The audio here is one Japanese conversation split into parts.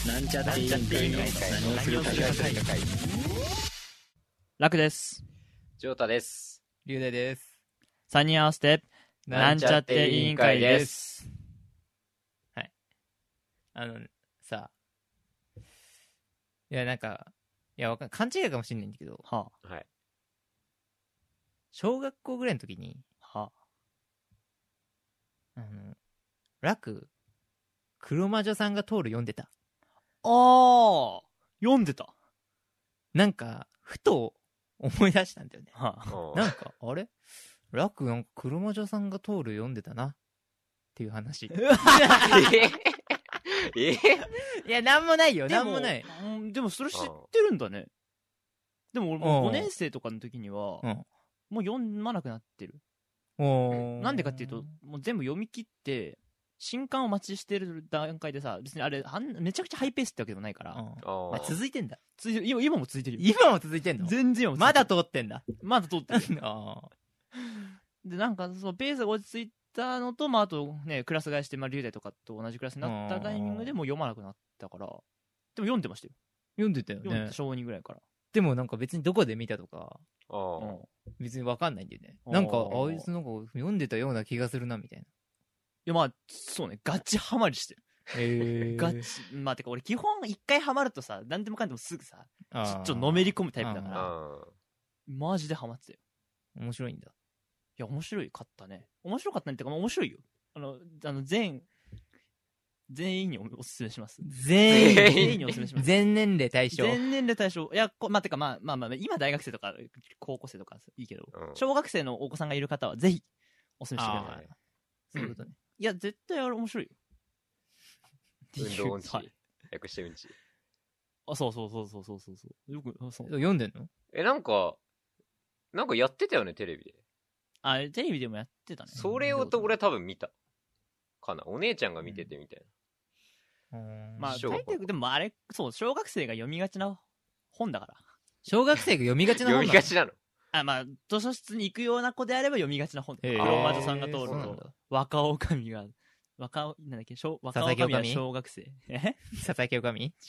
なんちゃって委員会の何をするか会。 楽です。 ジョータです。 龍大です。 3人合わせてなんちゃって委員会です。 はい。さ、いやなんか勘違いかもしれないんだけど、 はあ、はい。 小学校ぐらいの時に、 はあ、楽黒魔女さんが通る読んでた。 あ、読んでた。 なんかふと思い出したんだよね。 はあ、なんかあれ楽なんか黒魔女さんが通る読んでたなっていう話。いやなんもないよ。なんもない。 でもそれ知ってるんだね。でも俺も5年生とかの時にはもう読まなくなってる。なんでかっていうともう全部読み切って新刊を待ちしてる段階でさ、別にあれめちゃくちゃハイペースってわけでもないから、 まあ、続いてんだ。 今も続いてるよ。 今も続いてんの？ 全然まだ通ってんだ。 まだ通ってる。でなんかそのペースが落ち着いたのと、まあ、あとねクラス替えして、まあ、龍大とかと同じクラスになったタイミングでもう読まなくなったから、でも読んでましたよ。 読んでたよね。 読んでた、小2ぐらいから。 でもなんか別にどこで見たとか別に分かんないんだよね。なんかあいつなんか読んでたような気がするなみたいな。 いやまあそうね、ガチハマりしてる。ガチ、まあてか俺基本一回ハマるとさ、何でもかんでもすぐさちょっとのめり込むタイプだから、マジでハマってたよ。 面白いんだ。 いや面白かったね。面白かったねってか、まあ、面白いよ。全員におすすめします。全員におすすめします。 全年齢対象。 全年齢対象。いやまあてかまあ今大学生とか高校生とかいいけど、小学生のお子さんがいる方はぜひおすすめしてください。 そういうことね。 いや絶対あれ面白いよ。 運動音痴、はい、略してうんち。 あ、そうよく読んでんの？ なんかやってたよね、テレビで。 あ、テレビでもやってたね。 それをと俺は多分見たかな。お姉ちゃんが見ててみたいな。まあ大体でもあれそう小学生が読みがちな本だから。 小学生が読みがちな本読みがちなの。 まあ図書室に行くような子であれば読みがちな本。黒魔女さんが通ると若女将がなんだっけ、若女将は小学生。 佐々木女将？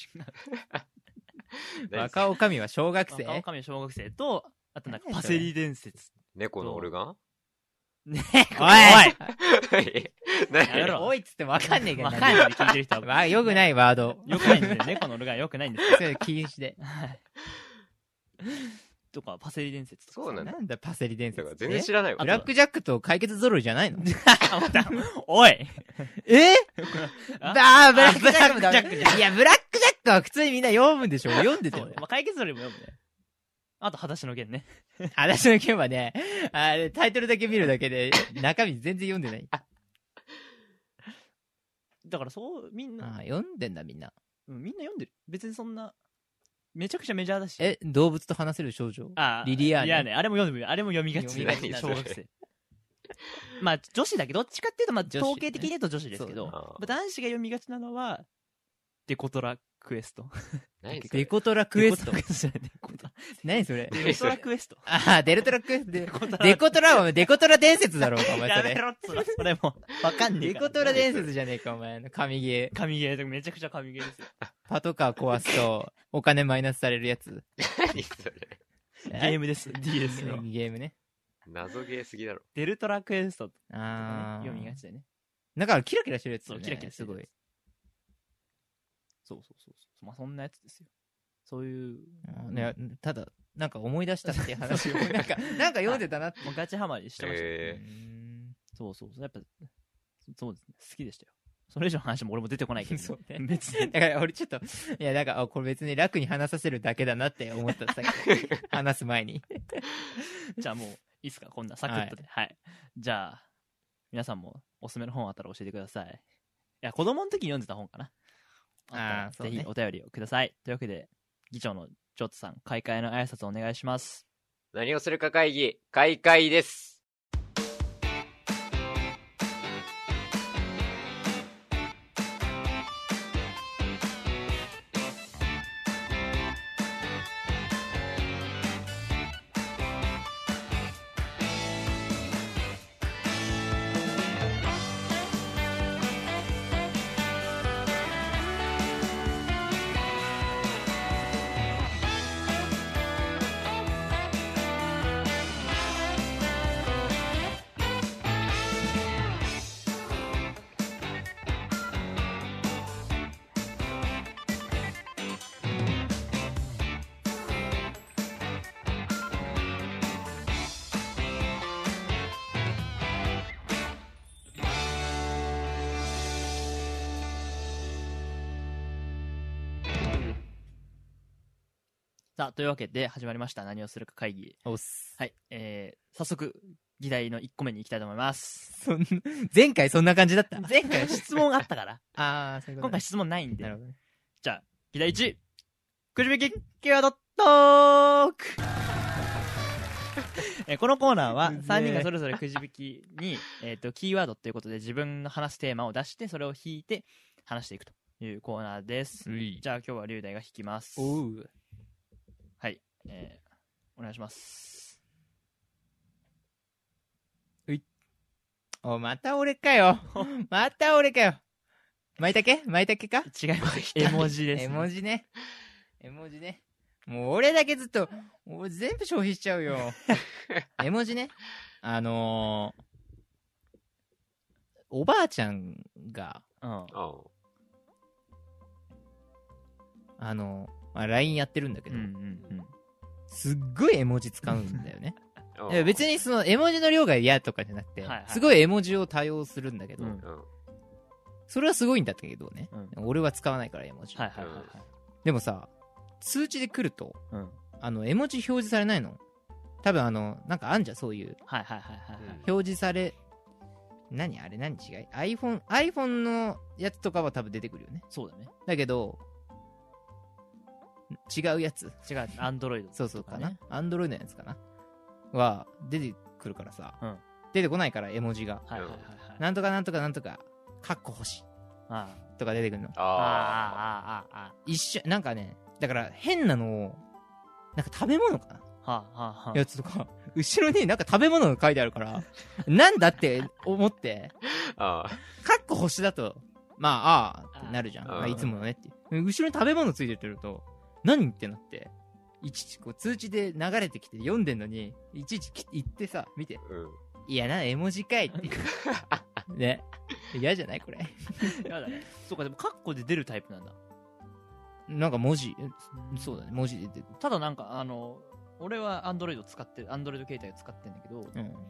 若女将は小学生？ 若女将は小学生と、あとなんかパセリ伝説。 猫のオルガン？ ねおいおいっつってわかんねえけど。 わかんないで聞いてる人は。 よくないワード。 よくないんですよ。猫のオルガンよくないんですよ。 それ禁止で。 とかパセリ伝説とか。 そうなんだ。 なんだパセリ伝説。 全然知らないわ。 ブラックジャックと解決ぞろいじゃないの？ おい。 ブラックジャックもダメ。いやブラックジャックは普通にみんな読むんでしょ。読んでたよ。 解決ぞろいも読むね。あと裸足の弦ね。 裸足の弦はね、タイトルだけ見るだけで中身全然読んでない。 だからみんな読んでんだみんな。 みんな読んでる。別にそんなめちゃくちゃメジャーだし。 動物と話せる少女。 リリアーネ。あれも読みがちな小学生。まあ女子だけど、どっちかっていうとまあ統計的に言うと女子ですけど、男子が読みがちなのはデコトラクエスト。 デコトラクエスト。何それ？ デルトラクエスト。 デルトラクエスト。デコトラはデコトラ伝説だろうかお前それ。 やめろっつらそれもわかんねえから。デコトラ伝説じゃねえかお前の神ゲーめちゃくちゃ神ゲーですよ。 パトカー壊すとお金マイナスされるやつ。 何それ？ ゲームです。DS のゲームね。 謎ゲーすぎだろ。 デルトラクエストとかね読みがちでね。 だからキラキラしてるやつ。 そうキラキラすごい。そうまあそんなやつですよ。そういうただなんか思い出したっていう話をなんか読んでたなって。 もうガチハマりしてました。そうやっぱそうですね、好きでしたよ。それ以上の話も俺も出てこないけど。そうね。別にだから俺ちょっとだからこれ別に楽に話させるだけだなって思ったさっき話す前に。 じゃあもういいっすか、こんなサクッとで。はい。じゃあ皆さんもおすすめの本あったら教えてください。いや子供の時に読んでた本かな。ぜひお便りをください。というわけで議長のジョートさん、開会の挨拶お願いします。 何をするか会議開会です。 さあ、というわけで始まりました何をするか会議。 おっす。 はい。早速、議題の1個目に行きたいと思います。 前回そんな感じだった。 前回質問あったから。 あー、そういうこと。 今回質問ないんで。 なるほどね。 じゃあ、議題1。くじ引きキーワードトークこのコーナーは3人がそれぞれくじ引きに、キーワードということで自分の話すテーマを出してそれを引いて話していくというコーナーです。じゃあ今日は龍大が引きます。 おう。 はい、お願いします。 また俺かよ。また俺かよ。舞茸か違います。絵文字です、ね。 絵文字ね。絵文字ね。もう俺だけずっと、俺全部消費しちゃうよ。絵文字ね。おばあちゃんが、LINE やってるんだけど、すっごい絵文字使うんだよね。別にその絵文字の量が嫌とかじゃなくて、すごい絵文字を多用するんだけど、それはすごいんだけどね。俺は使わないから絵文字。でもさ、通知で来ると、絵文字表示されないの？多分なんかあんじゃん、そういう。表示され、何違い？ iPhone のやつとかは多分出てくるよね。 そうだね。 だけど、違うやつ。 違う、Android。 そうそうかな。Android のやつかな。は、出てくるからさ、出てこないから絵文字が。なんとかなんとかなんとか、かっこ星。とか出てくるの。一緒、なんかね、だから変なのを、なんか食べ物かなやつとか、後ろになんか食べ物が書いてあるから、なんだって思って、かっこ星だと、まあ、ってなるじゃん。いつものねって。後ろに食べ物ついてると、何ってなって、いちいちこう通知で流れてきて読んでんのに、いちいち行ってさ、見て。いやな、絵文字かいっていう。ね。嫌じゃないこれ。 嫌だね。そうか、でもカッコで出るタイプなんだ。 なんか文字、そうだね、文字で出る。 ただなんか俺はAndroid 使ってる、Android 携帯を使ってるんだけど、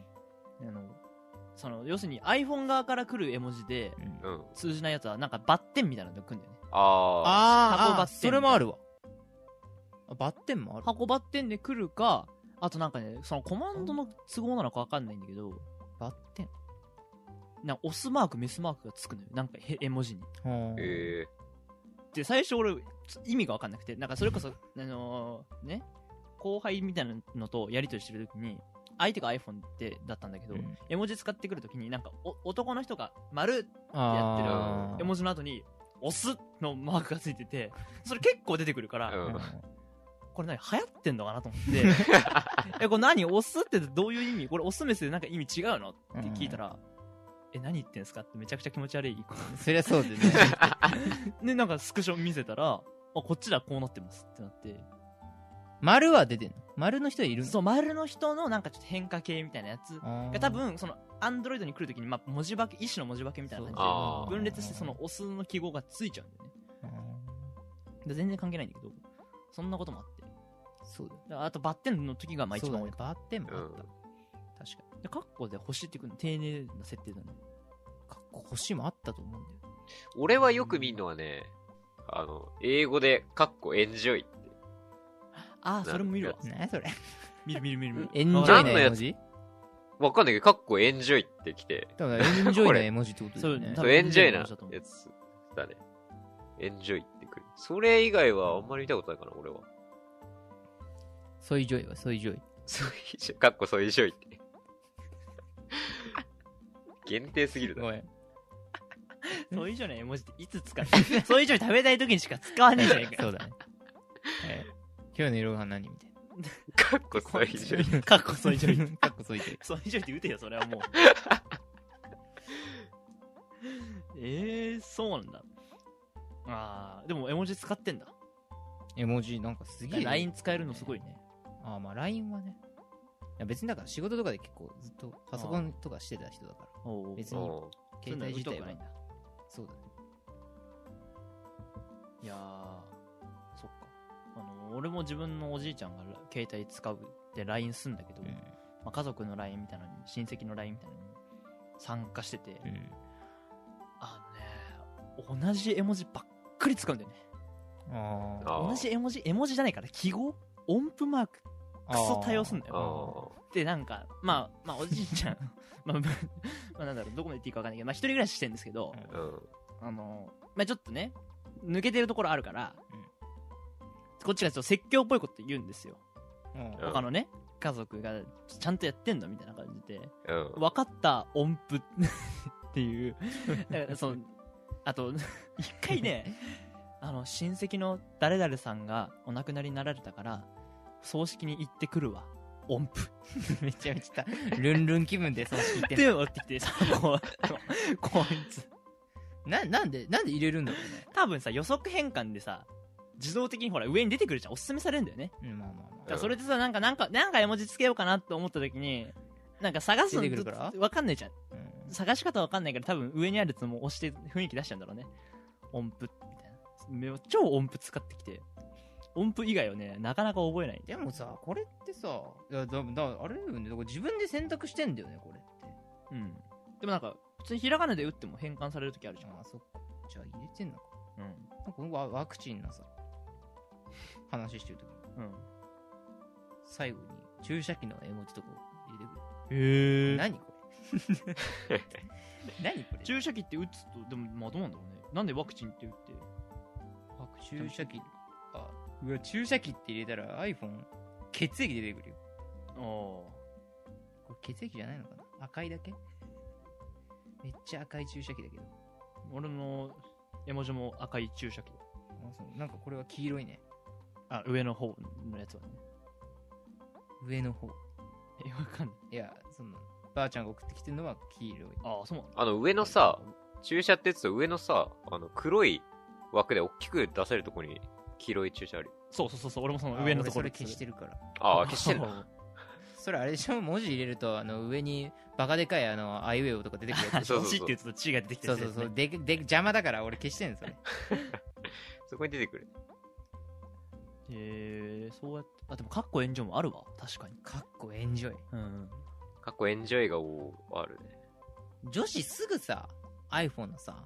その要するに iPhone 側から来る絵文字で通じないやつはなんかバッテンみたいなのが来るんだよね。箱バッテン。 それもあるわ。バッテンもある。 箱バッテンで来るか、あとなんかね、そのコマンドの都合なのかわかんないんだけど、 バッテンなんかオスマークメスマークがつくのよ、なんか絵文字に。で最初俺意味が分かんなくて、なんかそれこそね、後輩みたいなのとやり取りしてるときに相手が iPhone だったんだけど、絵文字使ってくるときになんか男の人が丸ってやってる絵文字の後にオスのマークがついてて、それ結構出てくるから、これ何流行ってんのかなと思ってこれ何オスってどういう意味、これオスメスでなんか意味違うのって聞いたら、何言ってんすかってめちゃくちゃ気持ち悪い。 そりゃそうでね。 で、なんかスクショ見せたら、こっちだこうなってますってなって。 丸は出てんの？丸の人いるの？ そう、丸の人のなんかちょっと変化系みたいなやつが多分、その、アンドロイドに来るときに、文字化け、一種の文字化けみたいな感じで、分裂してそのオスの記号がついちゃうんだよね。で全然関係ないんだけど、そんなこともあって。 そうだよ。 あと、バッテンの時が一番多い。 バッテンもあった。確かに。 で、カッコで星ってくるの丁寧な設定だね。 カッコ星もあったと思うんだよ。 俺はよく見るのはね、英語でカッコエンジョイって。 それも見るわ。 何それ。 見る。 エンジョイの絵文字？ わかんないけど、カッコエンジョイってきて。 だからエンジョイの絵文字ってことだよね。 そう、エンジョイなやつだね。エンジョイってくる。それ以外はあんまり見たことないかな、俺は。 ソイジョイはソイジョイ。 カッコソイジョイって。限定すぎるな。 ごめん。ソイジョイの絵文字っていつ使う？ソイジョイ食べたい時にしか使わねえじゃんか。 そうだね。今日の色が何みたいな。 カッコソイジョイ。 カッコソイジョイ。 カッコソイジョイ。 ソイジョイって打てよ、それはもう。そうなんだ。でも絵文字使ってんだ。 絵文字なんかすげえ。 LINE 使えるのすごいね。 LINE はね。いや別にだから仕事とかで結構ずっとパソコンとかしてた人だから。別に携帯自体はないんだ。そうだね。 いやー、そっか。俺も自分のおじいちゃんが携帯使うって LINE すんだけど、家族の LINE みたいなのに、親戚の LINE みたいなのに参加してて、同じ絵文字ばっかり使うんだよね。同じ絵文字じゃないから記号音符マーククソ多用すんだよ。でなんかまあおじいちゃんまあなんだろう、どこまで言っていいか分かんないけど、まあ一人暮らししてるんですけど、まあちょっとね抜けてるところあるから、こっちがちょっと説教っぽいこと言うんですよ。他のね家族がちゃんとやってんのみたいな感じで、分かった音符っていうだからあと一回ね親戚の誰々さんがお亡くなりになられたから葬式に行ってくるわ音符めちゃめちゃルンルン気分で葬式行ってんので持ってきてさこいつなんで入れるんだろうね。 多分さ予測変換でさ自動的にほら上に出てくるじゃん、おすすめされるんだよね。 まあだからそれでさなんか絵文字つけようかなと思った時になんか探すの出てくるから分かんないじゃん、探し方分かんないから多分上にあるやつも押して雰囲気出しちゃうんだろうね。音符みたいな超音符使ってきて音符以外をねなかなか覚えない。 でもさこれってさあれだよね、自分で選択してんだよねこれって。 でもなんか普通にひらがなで打っても変換される時あるじゃん。 そっか、じゃあ入れてんのか。なんかワクチンのさ話してる時に、最後に注射器の絵文字とか入れてくる。何これ何これ注射器って打つとでもまあどうなんだろうね。なんでワクチンって打って注射器注射器って入れたら iPhone 血液出てくるよ。 これ血液じゃないのかな、赤いだけ。めっちゃ赤い注射器だけど。 俺の絵文字も赤い注射器。 なんかこれは黄色いね。 上の方のやつはね。 上の方。 わかんない。 いや、ばあちゃんが送ってきてるのは黄色い。 そうなんだ。 上のさ、注射ってやつと上のさ、黒い枠で大きく出せるとこに黄色い注射ある。 そう、俺もその上のところそれ消してるから。 消してるのそれあれでしょ、文字入れると上にバカでかいあいうえおとか出てくるやつ。 そうチって言うとチが出てきてる、 そう。で邪魔だから俺消してんのそれ。 そこに出てくる。 そうやってでもカッコエンジョイもあるわ。確かにカッコエンジョイ。 カッコエンジョイがあるね。 女子すぐさ iPhone のさ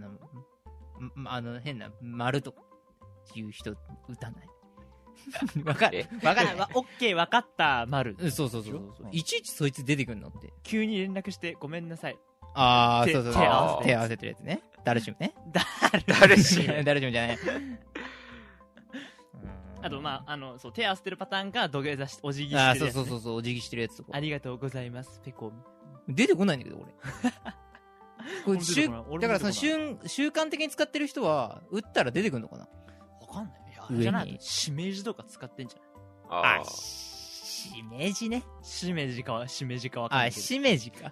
変な丸とかいう人打たない？わかるオッケーわかった丸。 そう。いちいちそいつ出てくんのって。 急に連絡してごめんなさい。 そう手合わせてるやつね。ダルシムね。 ダルシムじゃない。 あとそう手合わせてるパターンが土下座してお辞儀してるやつ、ね。 そうお辞儀してるやつとか。 ありがとうございますペコ。 出てこないんだけど俺。だから習慣的に使ってる人は打ったら出てくるのかな。 わかんない。じゃないしめじとか使ってんじゃない？ しめじね。 しめじかわかんないけど。 しめじか。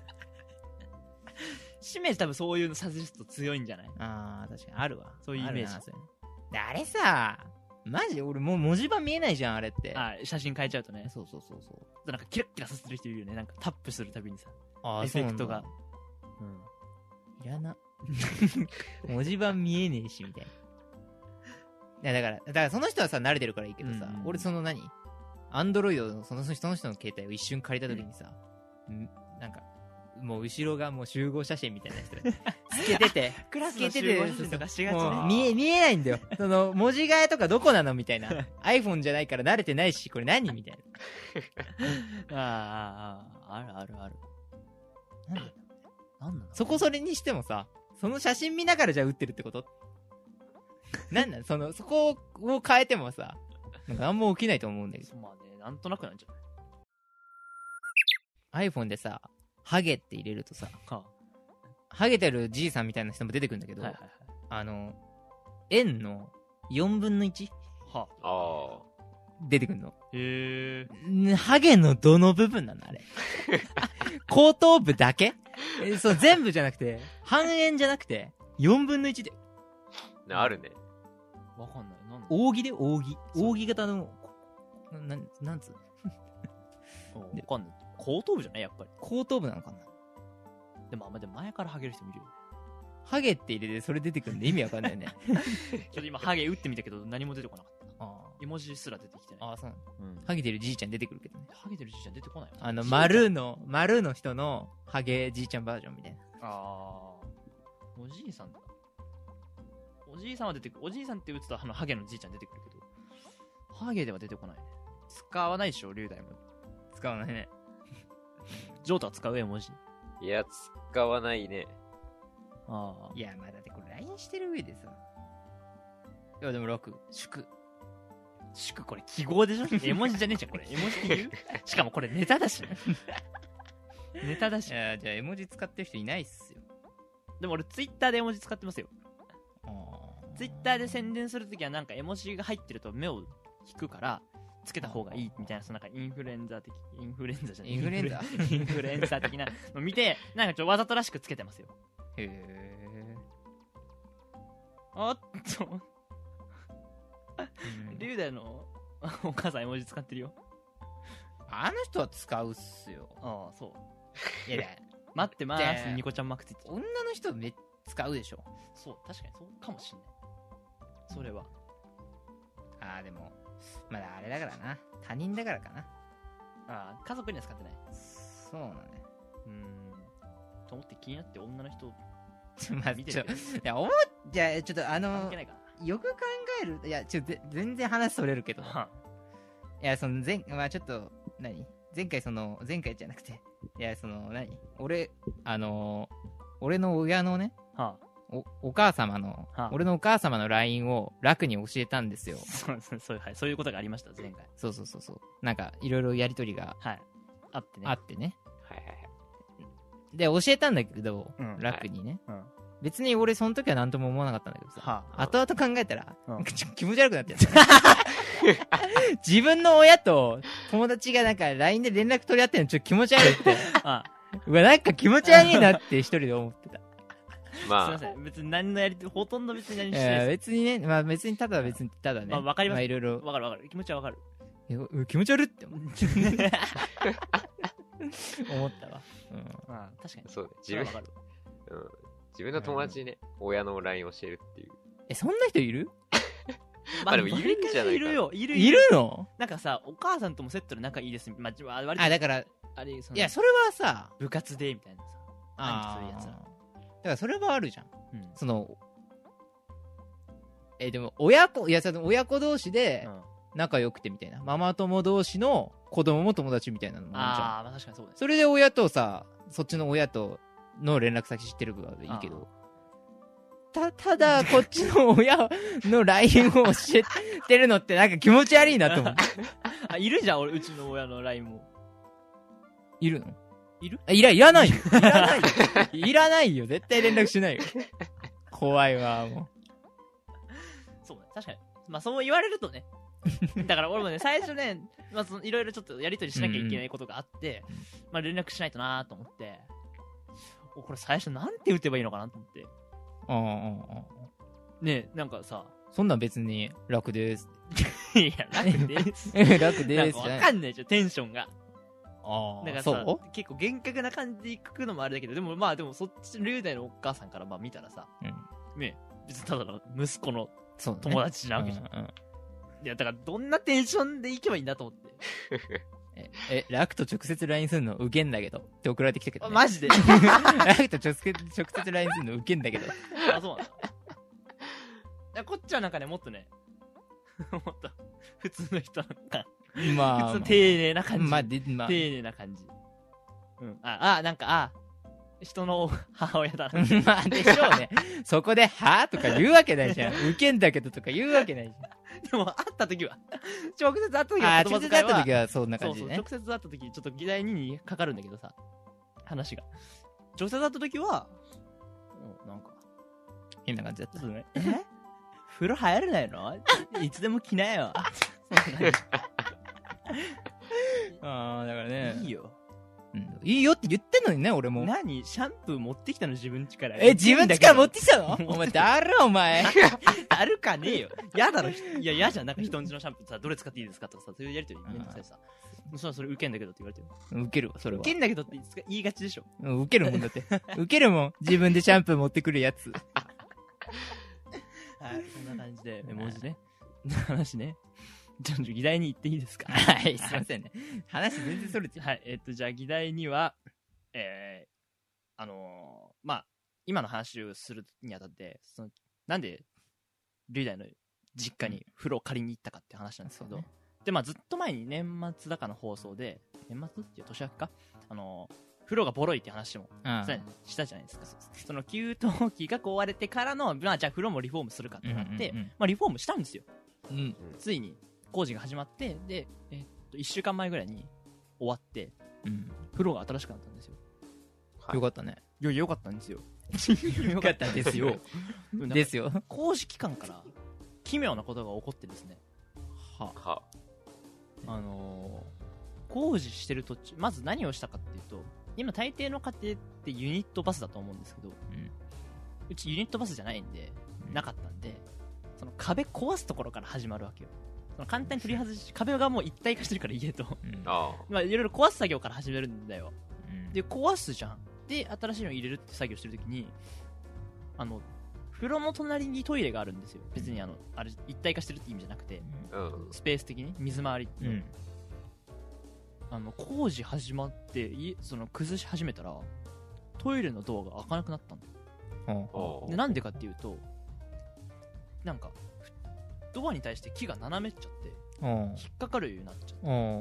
しめじ多分そういうのサジェスト強いんじゃない？ 確かにあるわ。 そういうイメージ。 あれさ、マジ俺もう文字盤見えないじゃんあれって。 写真変えちゃうとね。 そう。 なんかキラッキラさせてる人いるよね。なんかタップするたびにさ。 エフェクトが。 いらな。文字盤見えねえしみたいな。だからその人はさ慣れてるからいいけどさ、俺アンドロイドのその人の携帯を一瞬借りた時にさ、なんかもう後ろがもう集合写真みたいな人つけててクラスの集合写真とかしがちね。見えないんだよ。文字替えとかどこなのみたいな。iPhone じゃないから慣れてないしこれ何みたいな。ある。なんなの？ それにしてもさ、その写真見ながらじゃあ打ってるってこと？そこを変えてもさ、なんか何も起きないと思うんだけど。 なんとなくなんじゃない？ iPhone でさ、ハゲって入れるとさ、ハゲてるじいさんみたいな人も出てくるんだけど、円の4分の 1？ 出てくるの。ハゲのどの部分なのあれ？後頭部だけ？全部じゃなくて、半円じゃなくて、4分の1で。 あるね。 わかんない。 扇で扇形の、なんつうの？わかんない。後頭部じゃないやっぱり。 後頭部なのかな。 でも前からハゲる人見るよね。 ハゲって入れてそれ出てくるんで意味わかんないよね。 ちょっと今ハゲ打ってみたけど何も出てこなかった。絵文字すら出てきてない。 そうなの。ハゲてるじいちゃん出てくるけどね。 ハゲてるじいちゃん出てこないよ。 丸の人のハゲじいちゃんバージョンみたいな。 おじいさんだ。おじいさんは出てくる。おじいさんって打つとハゲのじいちゃん出てくるけど、 ハゲでは出てこないね。使わないでしょ、龍大も。 使わないね。 ジョータは使う絵文字。 いや、使わないね。 ああ。 いや、まあだってこれ LINE してる上でさ。いや、でも6、祝、 これ記号でしょ絵文字じゃねえじゃん、これ。絵文字って言うしかもこれネタだしね。ネタだし。 いや、じゃあ絵文字使ってる人いないっすよ。 でも俺ツイッターで絵文字使ってますよ。ツイッターで宣伝するときはなんか絵文字が入ってると目を引くからつけた方がいいみたいな、そのなんかインフルエンザ的なの見て、なんかわざとらしくつけてますよ。 へえ。 おっと龍大のお母さん絵文字使ってるよ。 あの人は使うっすよ。 ああ、そう。 いや、 待ってまーす、ニコちゃんマークついてる。 女の人めっ使うでしょ。 そう、確かにそうかもしんない。それは。 ああ、でも、まだあれだからな。他人だからかな。 ああ、家族には使ってない。 そうなね。 と思って気になって女の人まあ、 見てるけど。 いや、じゃあ、ちょっと関係ないかな。 よく考える、いや、全然話それるけど。いや、そのまあちょっと、前回じゃなくて、いや、俺の親のね、お母様の、俺のお母様の LINE を楽に教えたんですよ。 そういうことがありました、前回。 そう。なんか、いろいろやりとりが、 あってね。 はいはいはい。で、教えたんだけど、楽にね。別に俺その時は何とも思わなかったんだけどさ、後々考えたら、気持ち悪くなってやった。自分の親と友達がなんか LINE で連絡取り合ってるのちょっと気持ち悪いって。うわ、なんか気持ち悪いなって一人で思ってた。 まあ、すいません。別に何のほとんど別に何してないです。 別にね、まあ別にただね。 まあわかります。 いろいろ。 わかる。気持ちはわかる。 気持ち悪って思ったわ。 まあ確かに。 そうね。自分の友達にね、親の LINE 教えるっていう。 そんな人いる？ まあでもいるんじゃないか。 いるの？ なんかさ、お母さんともセットで仲いいです。まあ、 だから、いや、それはさ、 部活でみたいなさ。そういうやつら。 だからそれはあるじゃん。でも、親子同士で仲良くてみたいな。ママ友同士の子供も友達みたいなのもあるじゃん。 まあ確かにそうです。 それで親とさ、そっちの親との連絡先知ってるからいいけど。ただ、こっちの親の LINE を教えてるのってなんか気持ち悪いなと思って。 いるじゃん、うちの親の LINE も。 いるの？ いる？ いらないよ。いらないよ。絶対連絡しないよ。怖いわ、もう。 そうね、確かに。まあそう言われるとね。だから俺もね、最初ね、いろいろちょっとやりとりしなきゃいけないことがあって、まあ連絡しないとなーと思って、これ最初なんて打てばいいのかなと思って。ねえ、なんかさ、 そんなん別に楽です。 いや、楽です。 楽です。 わかんないじゃん、テンションが。だからさ、 そう結構厳格な感じでいくのもあれだけど、でもそっち、龍大のお母さんから見たらさ、ねえ、別にただの息子の友達なわけじゃん。いや、だからどんなテンションでいけばいいんだと思って。 楽と直接 LINE するのウケんだけどって送られてきたけど、 マジで楽と直接 LINE するのウケんだけど。 そうなんだ。こっちはなんかね、もっとね、もっと普通の人なんか、普通の丁寧な感じ。丁寧な感じ。なんか、人の母親だな。 まあでしょうね。そこで、はぁとか言うわけないじゃん。ウケんだけどとか言うわけないじゃん。 でも、会った時は、直接会った時は、 直接会った時はそんな感じね。 直接会った時、ちょっと議題にかかるんだけどさ、話が。直接会った時は、なんか、 変な感じだった。 そうね。風呂入れないの？いつでも来なよ。そんな感じ。 だからね。 いいよ。 いいよって言ってんのにね、俺も。 何？シャンプー持ってきたの自分家から。 自分家から持ってきたの？お前、だるお前。 だるかねえよ。やだろ。いや、嫌じゃん。なんか人んちのシャンプーさ、どれ使っていいですかとかさ、そういうやりとりめんどくさいさ。それウケんだけどって言われてる。 ウケるわ、それは。 ウケんだけどって言いがちでしょ。 ウケるもんだって。ウケるもん。自分でシャンプー持ってくるやつ。 はい、そんな感じで、絵文字ね。話ね。じゃあ、議題に行っていいですか？ はい、すいませんね。話全然それて。 はい、じゃあ、議題には、まあ、今の話をするにあたって、なんで、龍大の実家に風呂借りに行ったかって話なんですけど、でまあずっと前に年末だかの放送で、年末っていう年明けか、風呂がボロいって話もしたじゃないですか。その給湯器が壊れてからの、まあじゃあ風呂もリフォームするかってなって、まあリフォームしたんですよ。ついに工事が始まって、で1週間前ぐらいに終わって、風呂が新しくなったんですよ。 よかったね。 いやよかったんですよ。 よかったですよ。ですよ。 工事期間から奇妙なことが起こってですね。工事してる途中、まず何をしたかっていうと、今大抵の家庭ってユニットバスだと思うんですけど、うちユニットバスじゃないんで、なかったんで、その壁壊すところから始まるわけよ。その簡単に取り外し、壁がもう一体化してるから家と、まあいろいろ壊す作業から始めるんだよ。で壊すじゃん。で新しいの入れるって作業してるときに、風呂の隣にトイレがあるんですよ。別にあれ一体化してるって意味じゃなくて、スペース的に水回り、工事始まってその崩し始めたらトイレのドアが開かなくなったの。でなんでかっていうと、なんかドアに対して木が斜めっちゃって引っかかるようになっちゃって、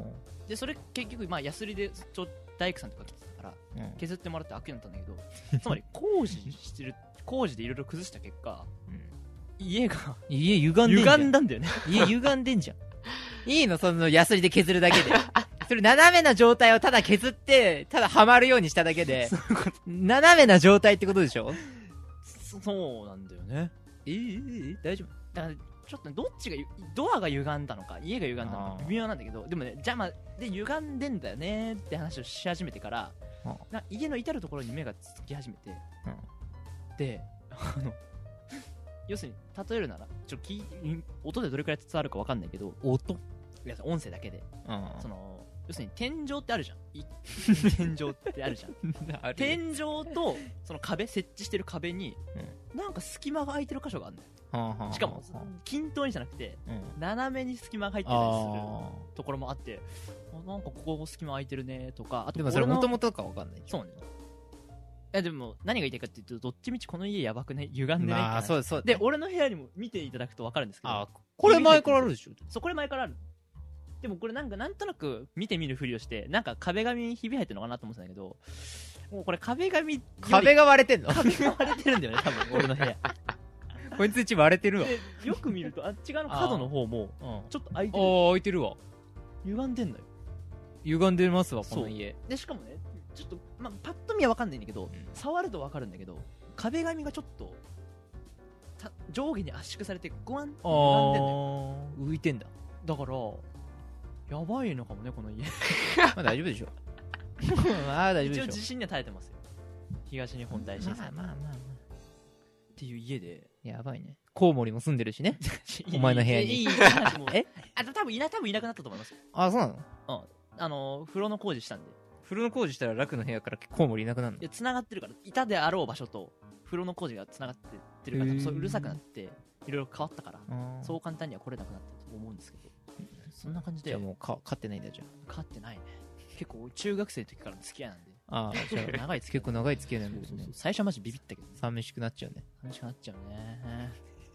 でそれ結局まあヤスリで大工さんとか来てたから削ってもらって開くようになったんだけど、つまり工事でいろいろ崩した結果、家歪んだんだよね。 家歪んでんじゃん。いいのそのヤスリで削るだけで。それ斜めな状態をただ削ってただはまるようにしただけで斜めな状態ってことでしょ。 そうなんだよね。 大丈夫だからちょっとどっちがドアが歪んだのか家が歪んだのか微妙なんだけど、でもね邪魔で歪んでんだよねって話をし始めてから、家の至るところに目がつき始めて、で要するに例えるなら音でどれくらい伝わるか分かんないけど、音声だけで、その要するに天井ってあるじゃん。天井ってあるじゃん。天井とその壁、設置してる壁に、なんか隙間が空いてる箇所があるんだよ。しかも均等にじゃなくて、斜めに隙間が入ってたりするところもあって、なんかここ隙間空いてるねとか。あとでもそれもともとか分かんない。 そうね。いやでも何が言いたいかっていうと、どっちみちこの家やばくね、歪んでないから。 そうで俺の部屋にも見ていただくと分かるんですけど、 これ前からあるでしょ。 そう、これ前からある。でもこれなんとなく見てみるふりをして、なんか壁紙にひび入ってるのかなと思ってたんだけど、もうこれ壁が割れてんの？ 壁が割れてるんだよね、多分俺の部屋。 こいつんち割れてるわ。 よく見るとあっち側の角の方もちょっと開いてる。 開いてるわ。 歪んでんのよ。 歪んでますわこの家。 でしかもね、ちょっとまあパッと見は分かんないんだけど、触ると分かるんだけど、壁紙がちょっと上下に圧縮されてゴワンって歪んでんのよ。 浮いてんだ。 だからやばいのかもねこの家。 まあ大丈夫でしょ。まあ大丈夫でしょ。 一応地震には耐えてますよ。東日本大震災。まあっていう家でやばいね。コウモリも住んでるしね。お前の部屋に。 多分いなくなったと思いますよ。 そうなの？風呂の工事したんで。 風呂の工事したら楽の部屋からコウモリいなくなるの？ いや繋がってるから、いたであろう場所と風呂の工事が繋がってるから、そううるさくなっていろいろ変わったから、そう簡単には来れなくなったと思うんですけど。そんな感じで。 じゃあもう飼ってないんだじゃん。 飼ってないね。結構中学生の時からの付き合いなんで。 じゃあ長い付き合い。結構長い付き合いなんですね。 最初はマジビビったけど。 寂しくなっちゃうね。 寂しくなっちゃうね。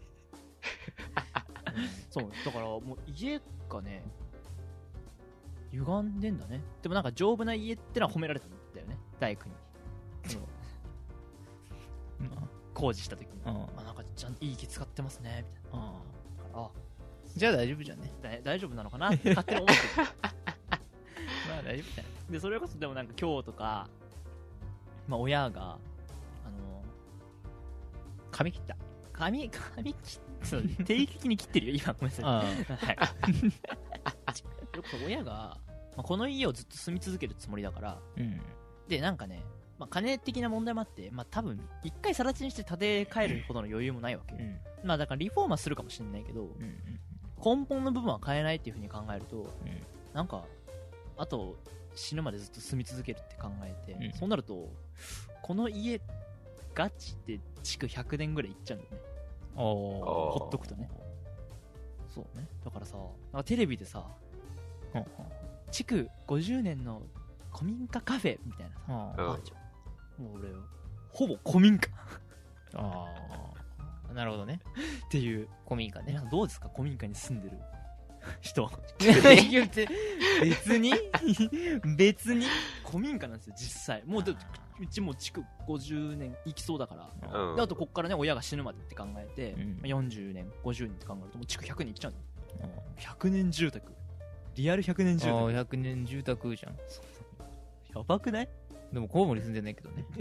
そうだからもう家がね歪んでんだね。でもなんか丈夫な家ってのは褒められたんだよね、大工に。工事した時に、なんかちゃんといい木使ってますねみたいな。 じゃあ大丈夫じゃんね。 大丈夫なのかなって勝手に思ってる。 まあ大丈夫だよ。 でそれこそでもなんか今日とか、まあ親が髪切った。 髪切っ定期的に切ってるよ今。ごめんなさい。はい。よく親が、この家をずっと住み続けるつもりだから、でなんかね、金的な問題もあって、多分一回更地にして建て替えるほどの余裕もないわけ。だからリフォームはするかもしれないけど、根本の部分は変えないっていう風に考えると、なんかあと死ぬまでずっと住み続けるって考えて、そうなるとこの家ガチで築100年ぐらいいっちゃうんだよね。ほっとくとね。そうね。だからさ、なんかテレビでさ、築50年の古民家カフェみたいなさ、もう俺ほぼ古民家。 ななるほどね。 っていう古民家ね。 どうですか、古民家に住んでる人。 別に古民家なんですよ実際。もううちも築50年いきそうだから、であとこっからね親が死ぬまでって考えて、40年50年って考えるともう築100年いっちゃうの。100年住宅、リアル100年住宅。 100年住宅じゃん。 やばくない？ でもコウモリ住んでないけどね。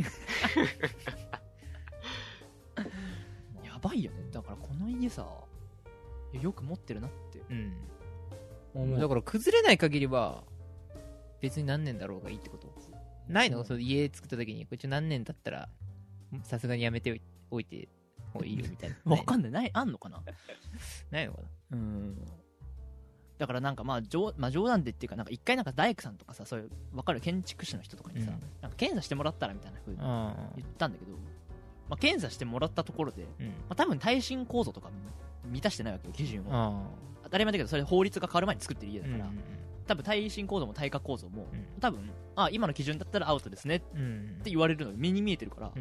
やばいよね。だからこの家さ、よく持ってるなって。 だから崩れない限りは別に何年だろうがいいってこと。ないの？そう家作った時にこっち何年だったらさすがにやめておいてもいいよみたいな。 わかんない。あんのかな？ ないのかな。 だからなんか冗談でっていうか、なんか一回なんか大工さんとかさ、そういう分かる建築士の人とかにさ、なんか検査してもらったらみたいな風に言ったんだけど、検査してもらったところで、多分耐震構造とか満たしてないわけよ、基準を。当たり前だけど、それ法律が変わる前に作ってる家だから、多分耐震構造も耐火構造も、多分今の基準だったらアウトですねって言われるのが目に見えてるから、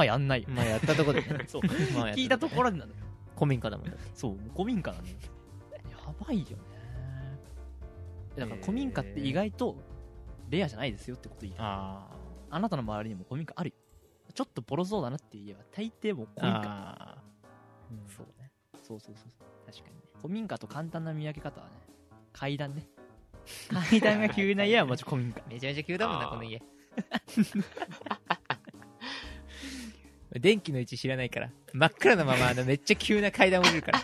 やんないよ。 やったところでね。 そう。聞いたところでなのよ。 古民家だもんね。 そう、古民家なのよ。やばいよね。だから古民家って意外とレアじゃないですよってこと言いたい。あなたの周りにも古民家あるよ。ちょっとボロそうだなっていう家は大抵も古民家。 そうね。 そう。確かにね。古民家と簡単な見分け方はね、階段ね。階段が急な家はマジ古民家。 めちゃめちゃ急だもんな、この家。電気の位置知らないから真っ暗なままめっちゃ急な階段降りるから。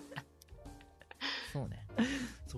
そうね。 そう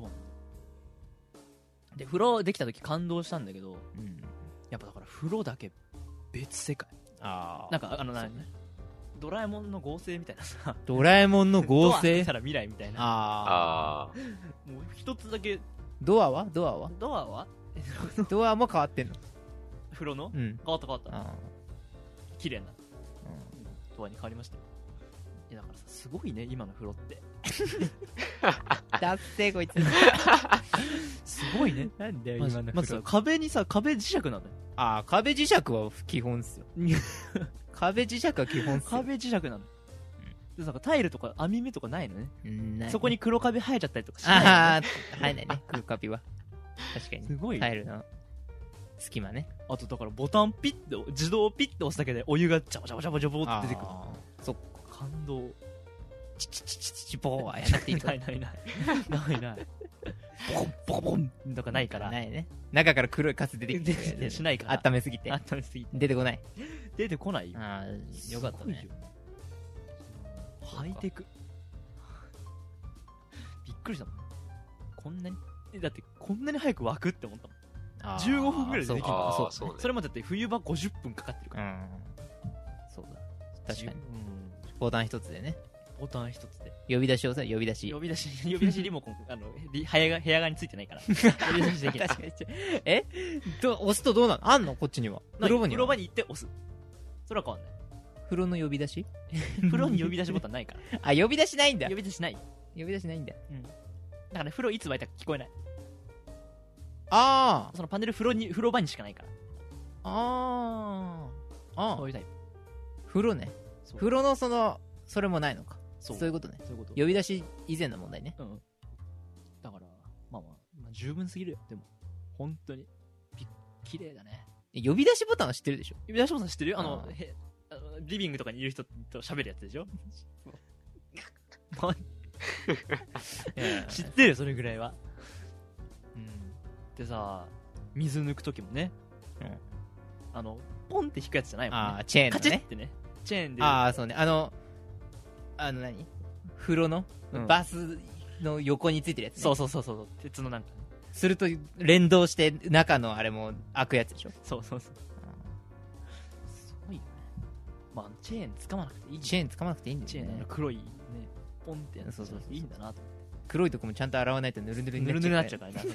で、風呂できた時感動したんだけど、やっぱだから風呂だけ別世界。なんかドラえもんの合成みたいなさ。 ドラえもんの合成？ ドア開けたら未来みたいな。もう一つだけ。 ドアはドアも変わってんの？ 風呂の？変わった。綺麗なドアに変わりましたよ。だからさ、すごいね今の風呂って。 だっせこいつ。 すごいね。 なんだよ今の風呂。 まず壁にさ、壁磁石なのよ。 壁磁石は基本っすよ。壁磁石は基本っすよ。 壁磁石なの。でなんかタイルとか網目とかないのね。そこに黒カビ生えちゃったりとかしない、ね。 生えないね、黒カビは。確かに。 すごい。 タイルの隙間ね。 あとだからボタンピッて自動ピッて押すだけでお湯がジャボジャボジャボジャボって出てくる。 そっか、感動。 チボーはやなくていい。 ないボコボンとかないから。 ないね。中から黒いカス出てきてしないから。 温めすぎて出てこない。 出てこないよ。 よかったね。 ハイテク。びっくりしたもん。こんなにだってこんなに早く沸くって思ったもん。15分ぐらいでできる。それまでだって冬場50分かかってるから。 そうだ。確かに。ボタン一つでね。 ボタン一つで。 呼び出しをさ、呼び出しリモコン、部屋側についてないから。呼び出しできない。 確かに。押すとどうなの？あんのこっちには。 風呂場に行って押す。それは変わんない。 風呂の呼び出し？ 風呂に呼び出しボタンないから。 呼び出しないんだ。 呼び出しないんだ。だから風呂いつ沸いたか聞こえない。そのパネル風呂場にしかないから。そういうタイプ。 風呂ね。風呂のそれもないのか。そういうことね。呼び出し以前の問題ね。 だから十分すぎるよ。でも本当に綺麗だね。 呼び出しボタンは知ってるでしょ？ 呼び出しボタン知ってるよ。リビングとかにいる人と喋るやつでしょ？知ってるよ、それぐらいは。でさ、水抜くときもね、ポンって引くやつじゃないもんね。 チェーンのね。 カチッってね。チェーンで。 そうね。何？風呂のバスの横についてるやつね。 そう。鉄のなんかね。 すると連動して中のあれも開くやつでしょ？ そう。すごいよね。チェーン掴まなくていい。 チェーン掴まなくていいんだよね。 チェーンの黒いね、ポンってやつ。いいんだなと思って。 黒いとこもちゃんと洗わないとヌルヌルになっちゃうからね。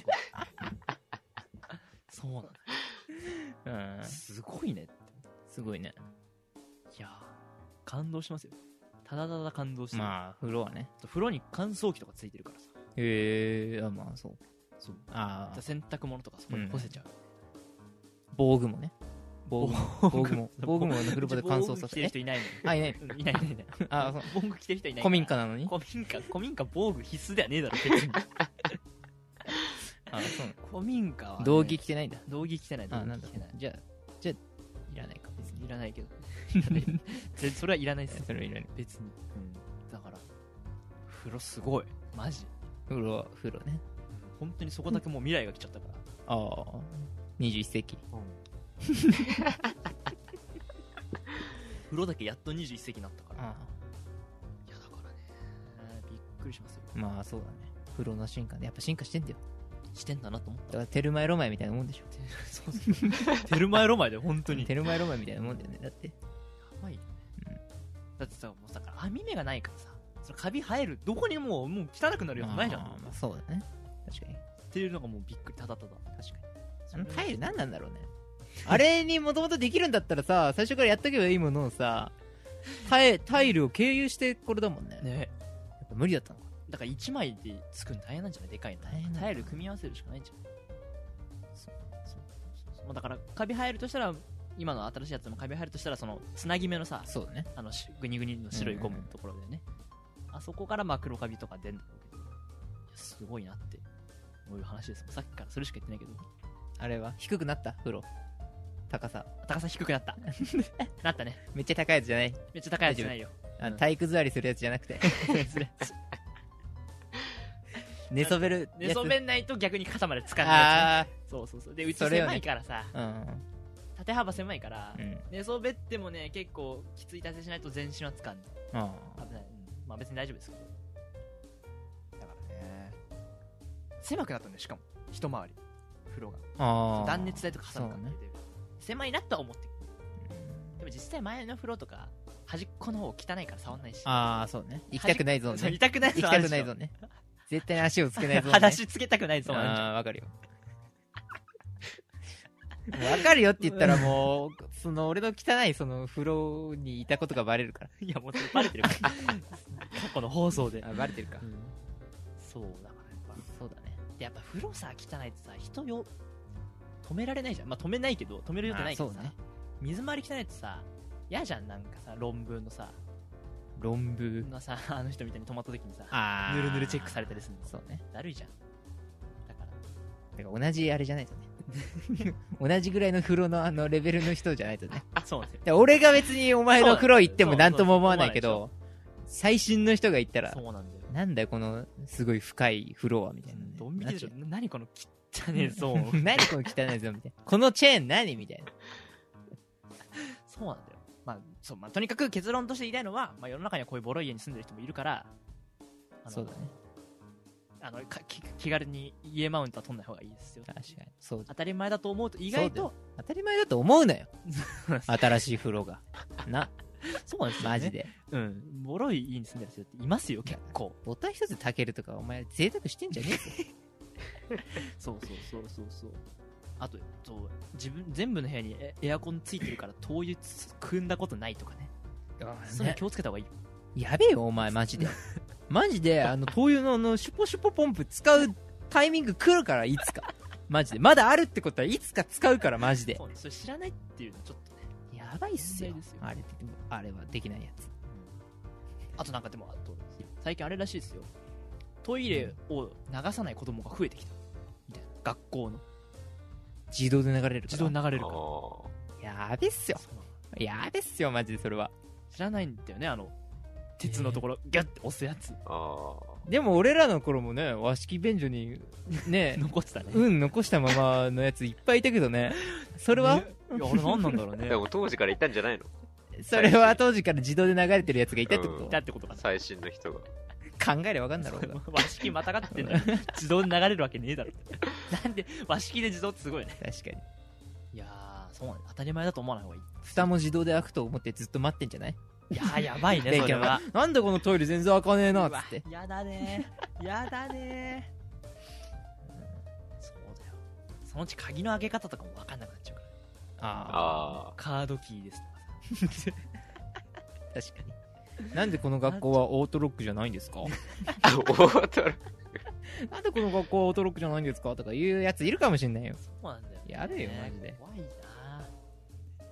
そうなんだ。すごいね。 すごいね。 いや感動しますよ。ただ感動してる。 風呂はね。 風呂に乾燥機とかついてるからさ。 そう。 洗濯物とかそこに干せちゃう。 防具もね。 防具もの風呂場で乾燥させて。 防具着てる人いないの。 あ、いない。 いない。あ、防具着てる人いない。 古民家なのに。 古民家防具必須ではねえだろ、別に。 あ、そう。 古民家は。 道着着てないんだ。 道着着てない。 あ、なんだ。じゃあ、いらないか。 別にいらないけど。それはいらないっす。 それはいらない。 別に。だから、風呂すごい。マジ。 風呂ね。 本当にそこだけもう未来が来ちゃったから。 ああ。21世紀。 風呂だけやっと21世紀になったから。 いや、だからね、びっくりしますよ。 まあそうだね。風呂の進化ね。やっぱ進化してんだよ。 してんだなと思った。 だからテルマエロマエみたいなもんでしょ。 そうテルマエロマエで本当に。 テルマエロマエみたいなもんだよね。だって。やばいよね。だってさ、もうさ、網目がないからさ、そのカビ生える、どこにもう汚くなるようないじゃん。 まあそうだね。確かに。 っていうのがもうびっくり、ただただ。確かに。 あのタイル何なんだろうね。あれにもともとできるんだったらさ、最初からやっとけばいいものをさ、タイルを経由してこれだもんね。 ね。 やっぱ無理だったのか。 だから1枚で作るの大変なんじゃない？でかいの。 大変だ。 タイル組み合わせるしかないんじゃない？そう。だからカビ生えるとしたら、今の新しいやつもカビ生えるとしたら、そのつなぎ目のさ、 そうね。 グニグニの白いゴムのところでね。あそこから黒カビとか出んだろうけど、すごいなって。こういう話です。さっきからそれしか言ってないけど。 あれは低くなった風呂。高さ低くなった。なったね。 めっちゃ高いやつじゃない？ めっちゃ高いやつじゃないよ。 体育座りするやつじゃなくて。寝そべる。 寝そべんないと逆に肩までつかんないやつ。そう。で、うち狭いからさ、縦幅狭いから、寝そべってもね、結構きつい体勢しないと全身はつかんない。危ない。まあ別に大丈夫ですけど。だからね、狭くなったんだよ、しかも。一回り。風呂が。断熱材とか挟むからね。狭いなとは思ってる。でも実際前の風呂とか、端っこの方汚いから触んないし。 ああ、そうね。行きたくないゾーンね。 行きたくないゾーンね。絶対に足をつけないゾーンね。 裸足つけたくないゾーンなんじゃん。 ああ、わかるよ。わかるよって言ったらもう、俺の汚い風呂にいたことがバレるから。 いや、もうそれバレてるから。過去の放送で。 バレてるか。 そう、だからやっぱ。そうだね。で、やっぱ風呂さ、汚いとさ、止められないじゃん。まあ止めないけど、止めるよってないけどさ、水回り汚いとさ、嫌じゃん、なんかさ、論文のさ、のさ、あの人みたいに止まった時にさ、ぬるぬるチェックされたりするの。 そうね。 だるいじゃん。だから。 同じあれじゃないとね。同じぐらいの風呂のレベルの人じゃないとね。 そうですよ。俺が別にお前の風呂行っても何とも思わないけど、最新の人が行ったら、 そうなんだよ。 なんだよこのすごい深い風呂はみたいな。 ドン引きでしょ。何この汚ねえゾーン。 何この汚いゾーンみたいな。このチェーン何みたいな。 そうなんだよ。まあとにかく結論として言いたいのは、まあ世の中にはこういうボロい家に住んでる人もいるから、 そうだね。 気軽に家マウントは取んない方がいいですよ。 確かに。そう。 当たり前だと思うと意外と。 当たり前だと思うなよ。新しい風呂が。 そうなんですよ、ね。 マジで。 ボロい家に住んでる人っていますよ、結構。 ボタン一つ炊けるとか、お前贅沢してんじゃねえぞ。そう。あと、全部の部屋にエアコンついてるから灯油汲んだことないとかね。それ気をつけた方がいいよ。 やべえよ、お前、マジで。マジで、灯油のシュポシュポポンプ使うタイミング来るから、いつか。マジで。まだあるってことはいつか使うから、マジで。 そう、それ知らないっていうのはちょっとね。 やばいっすよ。あれはできないやつ。 あとなんかでも、最近あれらしいですよ。トイレを流さない子供が増えてきた。みたいな。学校の。 自動で流れるから。 自動で流れるから。 やべっすよ。やべっすよ、マジでそれは。 知らないんだよね、鉄のところ、ギュッて押すやつ。 でも俺らの頃もね、和式便所に、ね、 残ってたね。 残したままのやついっぱいいたけどね。それは、 いや、あれ何なんだろうね。 でも当時からいたんじゃないの？ それは当時から自動で流れてるやつがいたってこと？ いたってことかな。 最新の人が。 考えればわかんだろうが。 和式またがってんのに自動で流れるわけねえだろ。なんで和式で自動ってすごいね。 確かに。 いやー、そうなんだ。当たり前だと思わない方がいい。 蓋も自動で開くと思ってずっと待ってんじゃない？ いやー、やばいね、それは。 なんでこのトイレ全然開かねえなっつって。 やだねー。やだねー。そうだよ。そのうち鍵の開け方とかも分かんなくなっちゃうから。カードキーですとかさ。 確かに。なんでこの学校はオートロックじゃないんですか？ オートロックなんでこの学校はオートロックじゃないんですかとか言うやついるかもしんないよ。 そうなんだよ。 やべえよ、マジで。 怖いな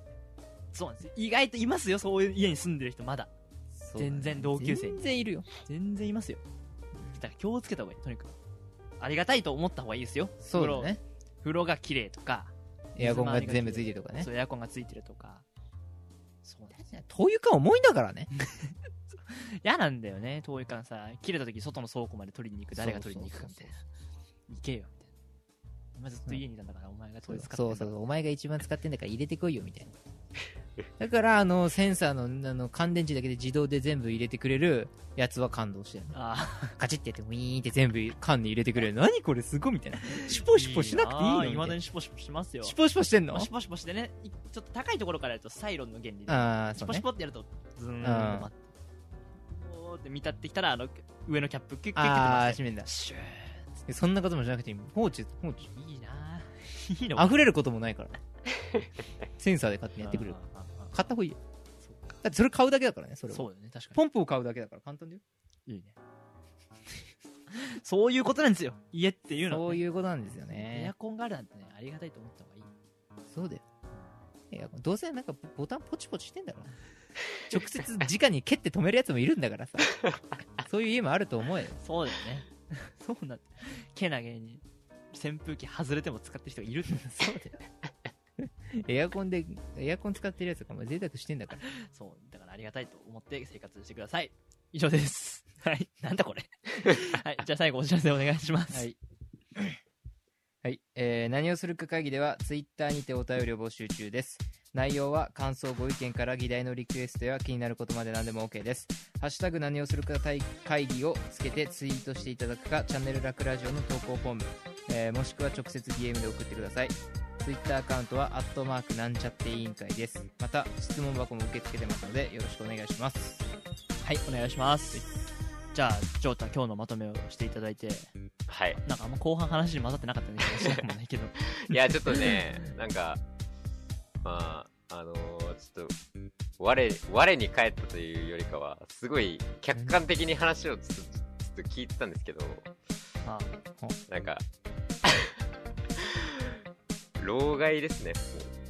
そうなんですよ。意外といますよ、そういう家に住んでる人まだ。全然同級生に。 全然いるよ。 全然いますよ。だから気をつけた方がいい、とにかく。ありがたいと思った方がいいですよ。 そうだね。 風呂が綺麗とか、 エアコンが全部ついてるとかね。 そう、エアコンがついてるとか。 そうですね。灯油管重いんだからね。 嫌なんだよね、灯油管さ。切れた時外の倉庫まで取りに行く。誰が取りに行くかみたいな。行けよ、みたいな。お前ずっと家にいたんだから、お前が灯油使ってんだから。 そう、お前が一番使ってんだから入れてこいよ、みたいな。だから、センサーの乾電池だけで自動で全部入れてくれるやつは感動してるね。カチッてやって、ウィーンって全部缶に入れてくれる。何これすごいみたいな。シュポシュポしなくていいのみたいな。 未だにシュポシュポしますよ。 シュポシュポしてんの？ シュポシュポしてね、ちょっと高いところからやるとサイロンの原理で、シュポシュポってやると、ズーンと待って。おーって見立ってきたら、上のキャップキュッキュッキュッって閉めんだ。 シュー。 そんなこともしなくていい。放置。 いいないいの溢れることもないから。センサーで勝手にやってくれる。買った方がいいよ。だってそれ買うだけだからね、それは。 そうだね、確かに。 ポンプを買うだけだから簡単だよ。 いいね。そういうことなんですよ、家っていうのは、ね。 そういうことなんですよね。 エアコンがあるなんてね、ありがたいと思った方がいい。 そうだよ。エアコン、どうせなんかボタンポチポチしてんだろ。直接直に蹴って止めるやつもいるんだからさ。そういう家もあると思えよ。 そうだよね。そうなんだ。けなげに扇風機外れても使ってる人がいる。 そうだよ。エアコン使ってるやつとかも贅沢してんだから。 そう、だからありがたいと思って生活してください。以上です。はい。なんだこれ。はい。じゃあ最後お知らせお願いします。 はい。はい。何をするか会議ではツイッターにてお便りを募集中です。内容は感想ご意見から議題のリクエストや気になることまで何でも OK です。ハッシュタグ何をするか会議をつけてツイートしていただくか、チャンネルラクラジオの投稿フォーム、もしくは直接 DM で送ってください。ツイッターアカウントは@なんちゃって委員会です。また質問箱も受け付けてますのでよろしくお願いします。 はい、お願いします。じゃあジョータ今日のまとめをしていただいて。 はい。 なんかあんま後半話に混ざってなかったね気がしなくもないけど。 いやちょっとね、なんかまあちょっと我に返ったというよりかはすごい客観的に話をちょっと聞いてたんですけど、なんか老害ですね。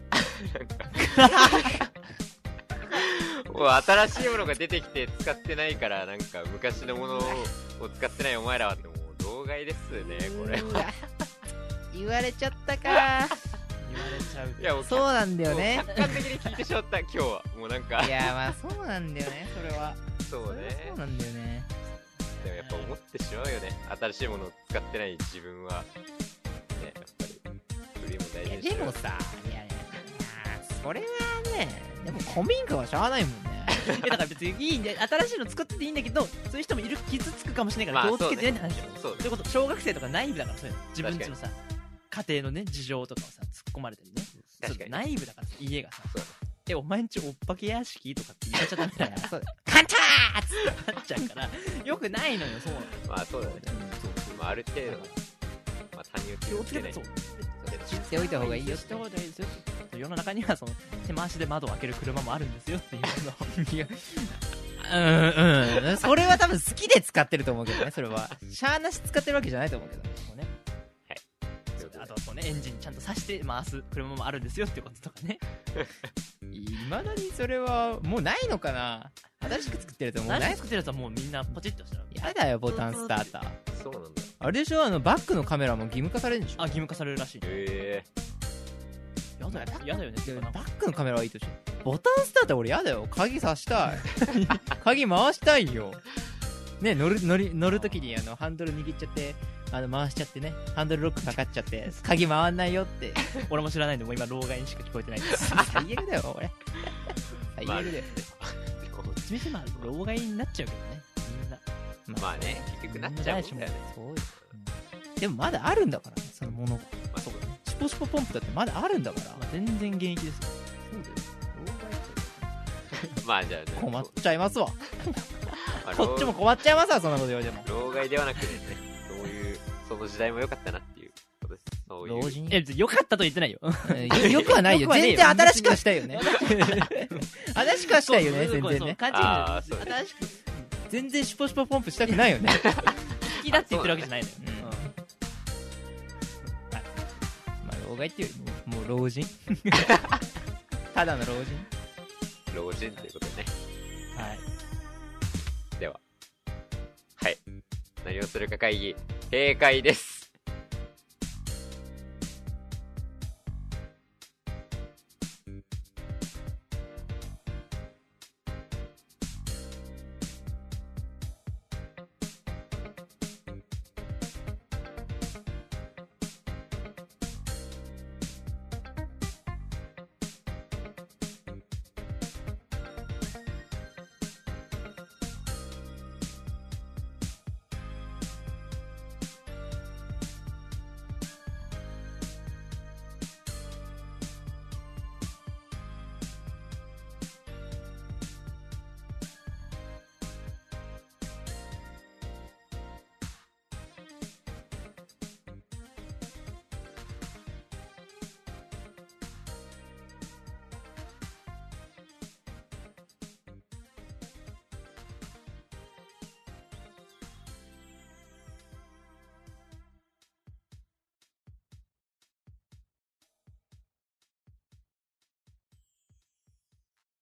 もう新しいものが出てきて使ってないからなんか昔のものを使ってないお前らはってもう老害ですねこれは。 言われちゃったか。 言われちゃう。 いやもうそうなんだよね。 客観的に聞いてしまった今日はもうなんか。 いやまあそうなんだよねそれは。 そうね。 そうなんだよね。 でもやっぱ思ってしまうよね。新しいものを使ってない自分はねやっぱり古いも大事にしよう。 でもさ、いやそれはね、でも古民家はしゃあないもんね。 だから別にいいんで、新しいの作ってていいんだけど、そういう人もいる、傷つくかもしれないから、気をつけてねって話よ。そういうこと、小学生とかナイーブだからそういうの。自分ちのさ、家庭のね、事情とかをさ、突っ込まれてるね。 確かに。 ナイーブだからさ、家がさ。お前んちおっぱけ屋敷とかって言っちゃダメだから。 そうだ。カンターってなっちゃうから、よくないのよ、そうなの。 まあそうだね。まあある程度、まあ他人を気をつけない。 知っておいた方がいいよ。 知っておいた方がいいですよ。世の中にはその手回しで窓を開ける車もあるんですよっていうの。いや、それは多分好きで使ってると思うけどね。それはしゃーなし使ってるわけじゃないと思うけどね。 はい。あとはそうね、エンジンちゃんと挿して回す車もあるんですよってこととかね。 いまだにそれはもうないのかな。新しく作ってると思う。 新しく作ってるやつはもうみんなポチッとしたら。 やだよボタンスターター。 そうなんだ。 あれでしょ、バックのカメラも義務化されるんでしょ。 あ、義務化されるらしい。やだよね。 バックのカメラはいいとして、ボタンスターター俺やだよ。鍵さしたい。鍵回したいよ。ね、乗るときにハンドル握っちゃって回しちゃってね、ハンドルロックかかっちゃって鍵回んないよって。 俺も知らないんで、もう今老害にしか聞こえてないです。 最悪だよ俺。最悪だよ。 どっちみち老害になっちゃうけどね、 みんな。まあね、結局なっちゃうんだよね。 そうよ。でもまだあるんだからね、そのものが。 まあそうだね。 シュポシュポポンプだってまだあるんだから。 まあ、全然現役ですよ。 そうだよ。 まあじゃあね。 困っちゃいますわ。こっちも困っちゃいますわ、そんなこと言われても。 老害ではなくてね、そういうその時代も良かったなっていうことです。そういう。 老人。 別に良かったと言ってないよ。 よくはないよ。全然新しくはしたいよね。新しくはしたいよね、全然ね。 新しく。 全然シュポシュポポンプしたくないよね。 好きだって言ってるわけじゃないのよ。 まあ老害っていうよりもう老人。ただの老人。 老人ということでね。 はい。 では。はい。何をするか会議、閉会です。